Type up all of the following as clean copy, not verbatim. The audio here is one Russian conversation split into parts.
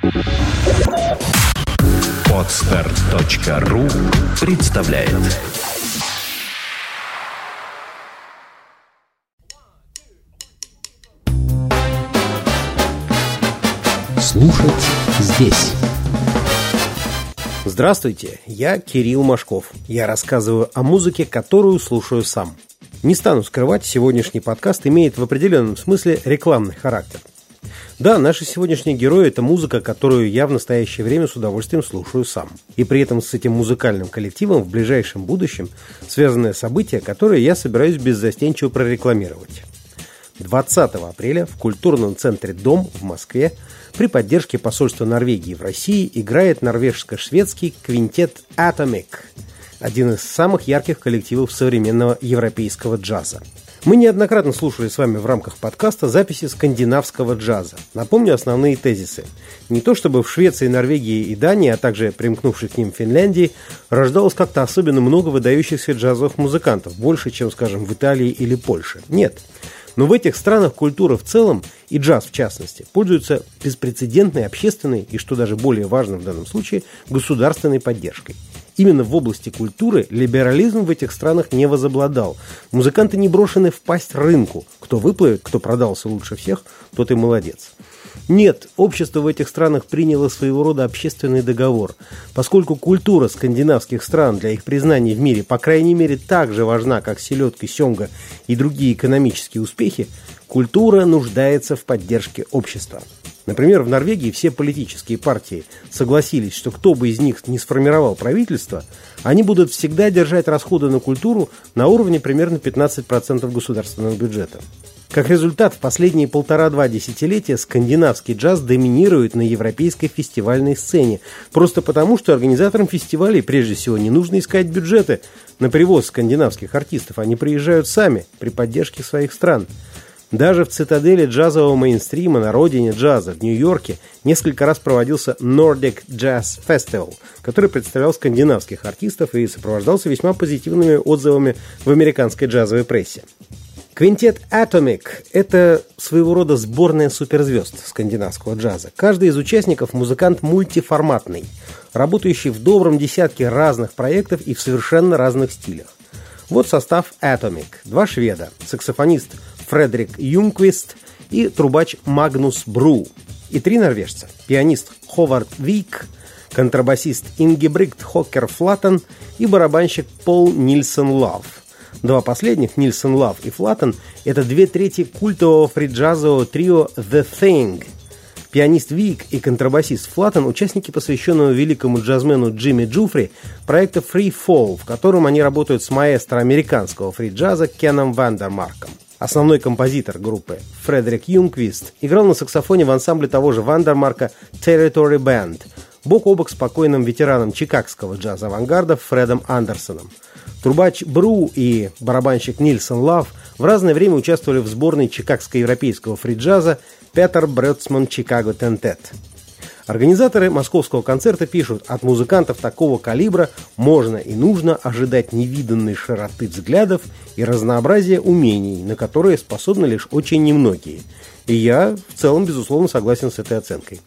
Podster.ru представляет. Слушать здесь. Здравствуйте, я Кирилл Машков. Я рассказываю о музыке, которую слушаю сам. Не стану скрывать, сегодняшний подкаст имеет в определенном смысле рекламный характер. Да, наши сегодняшние герои – это музыка, которую я в настоящее время с удовольствием слушаю сам. И при этом с этим музыкальным коллективом в ближайшем будущем связанное событие, которое я собираюсь беззастенчиво прорекламировать. 20 апреля в культурном центре «Дом» в Москве при поддержке посольства Норвегии в России играет норвежско-шведский квинтет Atomic, один из самых ярких коллективов современного европейского джаза. Мы неоднократно слушали с вами в рамках подкаста записи скандинавского джаза. Напомню основные тезисы. Не то чтобы в Швеции, Норвегии и Дании, а также примкнувшей к ним Финляндии, рождалось как-то особенно много выдающихся джазовых музыкантов, больше, чем, скажем, в Италии или Польше. Нет. Но в этих странах культура в целом, и джаз в частности, пользуются беспрецедентной общественной и, что даже более важно в данном случае, государственной поддержкой. Именно в области культуры либерализм в этих странах не возобладал. Музыканты не брошены в пасть рынку. Кто выплывет, кто продался лучше всех, тот и молодец. Нет, общество в этих странах приняло своего рода общественный договор. Поскольку культура скандинавских стран для их признания в мире, по крайней мере, так же важна, как селедка, семга и другие экономические успехи, культура нуждается в поддержке общества. Например, в Норвегии все политические партии согласились, что кто бы из них не сформировал правительство, они будут всегда держать расходы на культуру на уровне примерно 15% государственного бюджета. Как результат, в последние 1,5-2 десятилетия скандинавский джаз доминирует на европейской фестивальной сцене, просто потому, что организаторам фестивалей прежде всего не нужно искать бюджеты на привоз скандинавских артистов, они приезжают сами при поддержке своих стран. Даже в цитадели джазового мейнстрима на родине джаза в Нью-Йорке несколько раз проводился Nordic Jazz Festival, который представлял скандинавских артистов и сопровождался весьма позитивными отзывами в американской джазовой прессе. Квинтет Atomic – это своего рода сборная суперзвезд скандинавского джаза. Каждый из участников – музыкант мультиформатный, работающий в добром десятке разных проектов и в совершенно разных стилях. Вот состав Atomic. 2 шведа – саксофонист Фредерик Юнквист и трубач Магнус Бру. И 3 норвежца – пианист Ховард Вик, контрабасист Ингебригт Хокер Флаттен и барабанщик Пол Нильсон Лав. 2 последних, Нильсон Лав и Флаттен, это 2/3 культового фри-джазового трио The Thing. Пианист Вик и контрабасист Флаттен – участники посвященного великому джазмену Джимми Джуфри проекта Free Fall, в котором они работают с маэстро американского фри-джаза Кеном Вандермарком. Основной композитор группы Фредерик Юнквист играл на саксофоне в ансамбле того же Вандермарка Territory Band, бок о бок с покойным ветераном чикагского джаза-авангарда Фредом Андерсоном. Трубач Бру и барабанщик Нильсон Лав в разное время участвовали в сборной чикагско-европейского фри-джаза Петер Брёцман Чикаго Тентет. Организаторы московского концерта пишут: от музыкантов такого калибра можно и нужно ожидать невиданной широты взглядов и разнообразия умений, на которые способны лишь очень немногие. И я в целом, безусловно, согласен с этой оценкой.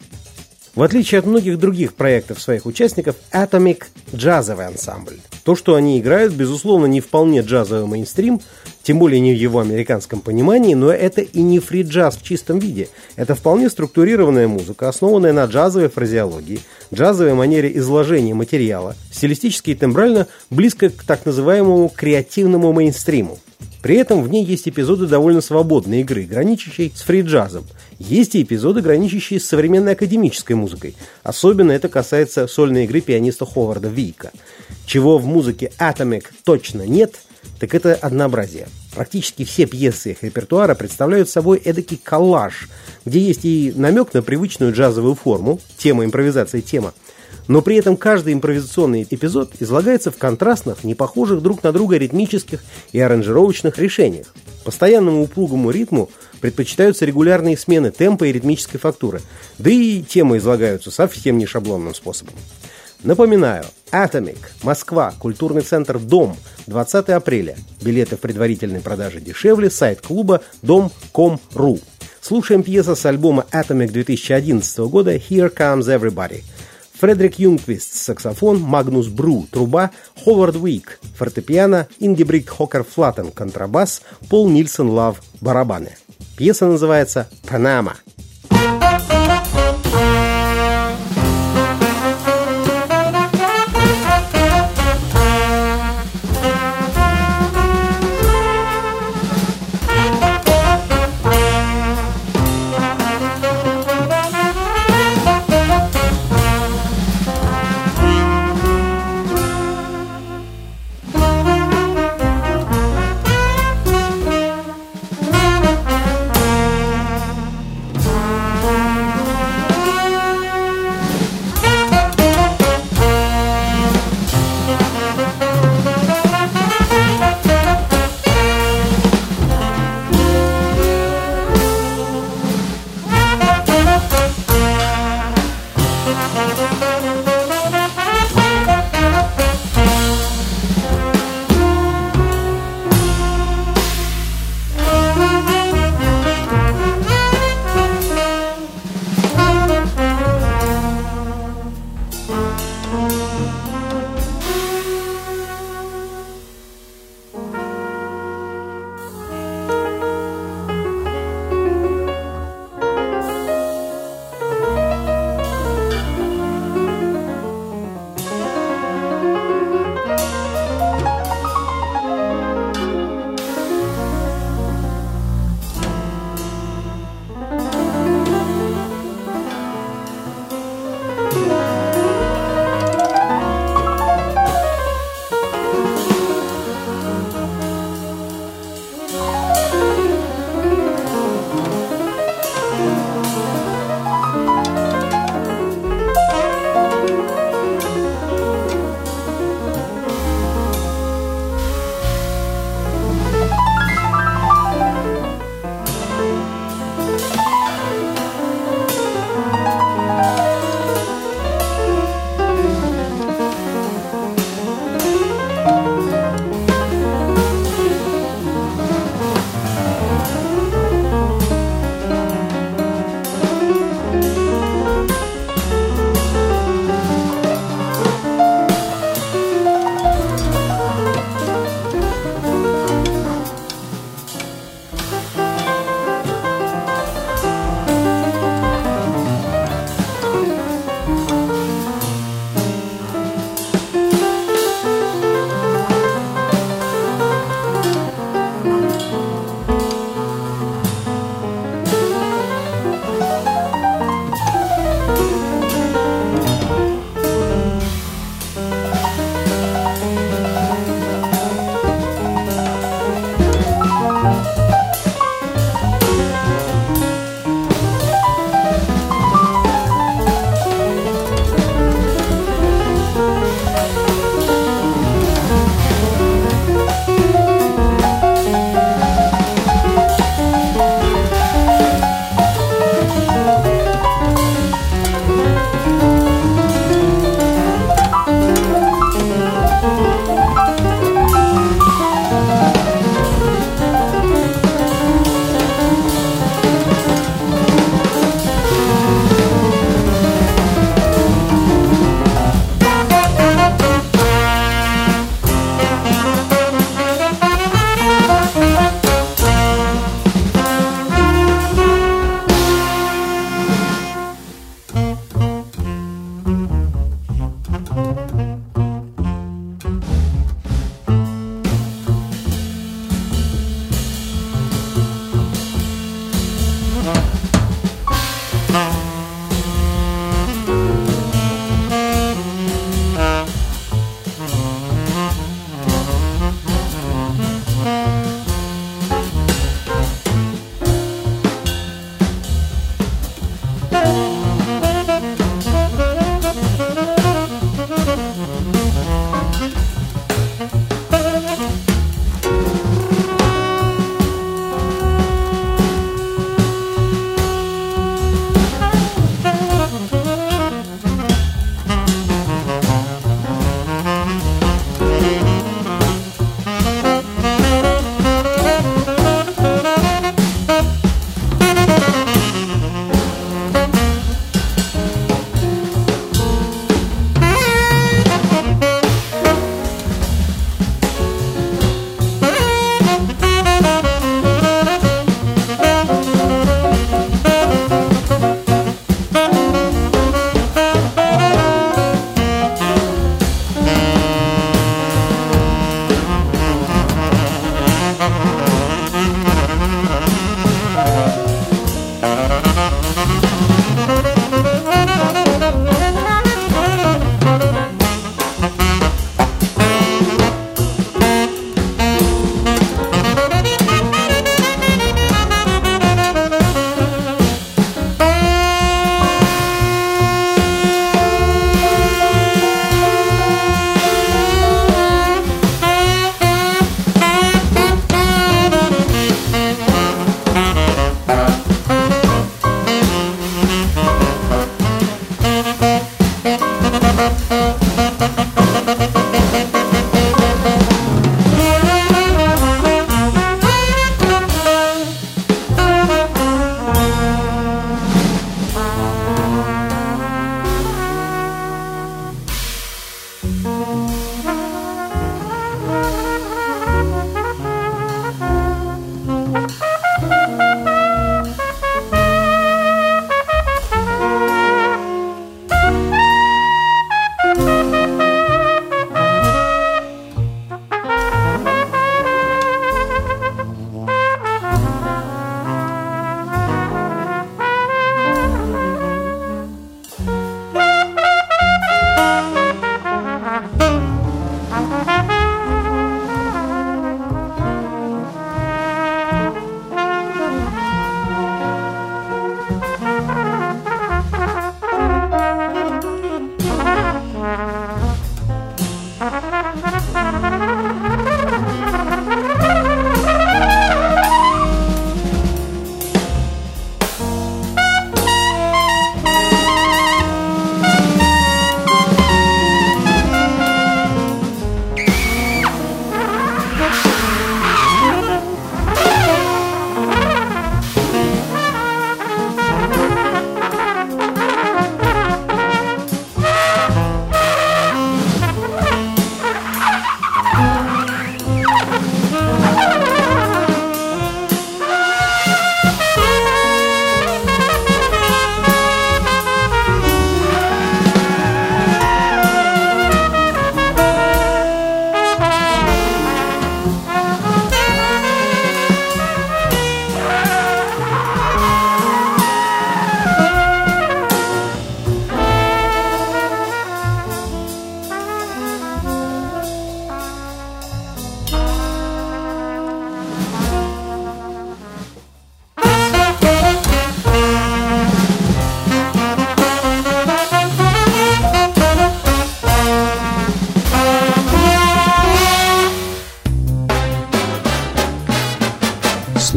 В отличие от многих других проектов своих участников, Atomic – джазовый ансамбль. То, что они играют, безусловно, не вполне джазовый мейнстрим, тем более не в его американском понимании, но это и не фри-джаз в чистом виде. Это вполне структурированная музыка, основанная на джазовой фразеологии, джазовой манере изложения материала, стилистически и тембрально близко к так называемому креативному мейнстриму. При этом в ней есть эпизоды довольно свободной игры, граничащей с фри-джазом. Есть и эпизоды, граничащие с современной академической музыкой. Особенно это касается сольной игры пианиста Ховарда Вика. Чего в музыке Atomic точно нет, так это однообразие. Практически все пьесы их репертуара представляют собой эдакий коллаж, где есть и намек на привычную джазовую форму, тема, импровизация, тема, но при этом каждый импровизационный эпизод излагается в контрастных, не похожих друг на друга ритмических и аранжировочных решениях. Постоянному упругому ритму предпочитаются регулярные смены темпа и ритмической фактуры, да и темы излагаются совсем не шаблонным способом. Напоминаю, Atomic, Москва, культурный центр «Дом», 20 апреля. Билеты в предварительной продаже дешевле, сайт клуба dom.com.ru. Слушаем пьесу с альбома Atomic 2011 года «Here Comes Everybody». Фредерик Юнгквист – саксофон, Магнус Бру – труба, Ховард Уик – фортепиано, Ингебригт Хокер-Флаттен – контрабас, Пол Нильсон Лав – барабаны. Пьеса называется «Панама».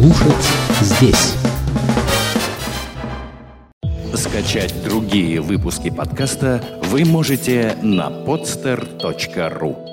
Слушать здесь. Скачать другие выпуски подкаста вы можете на podster.ru.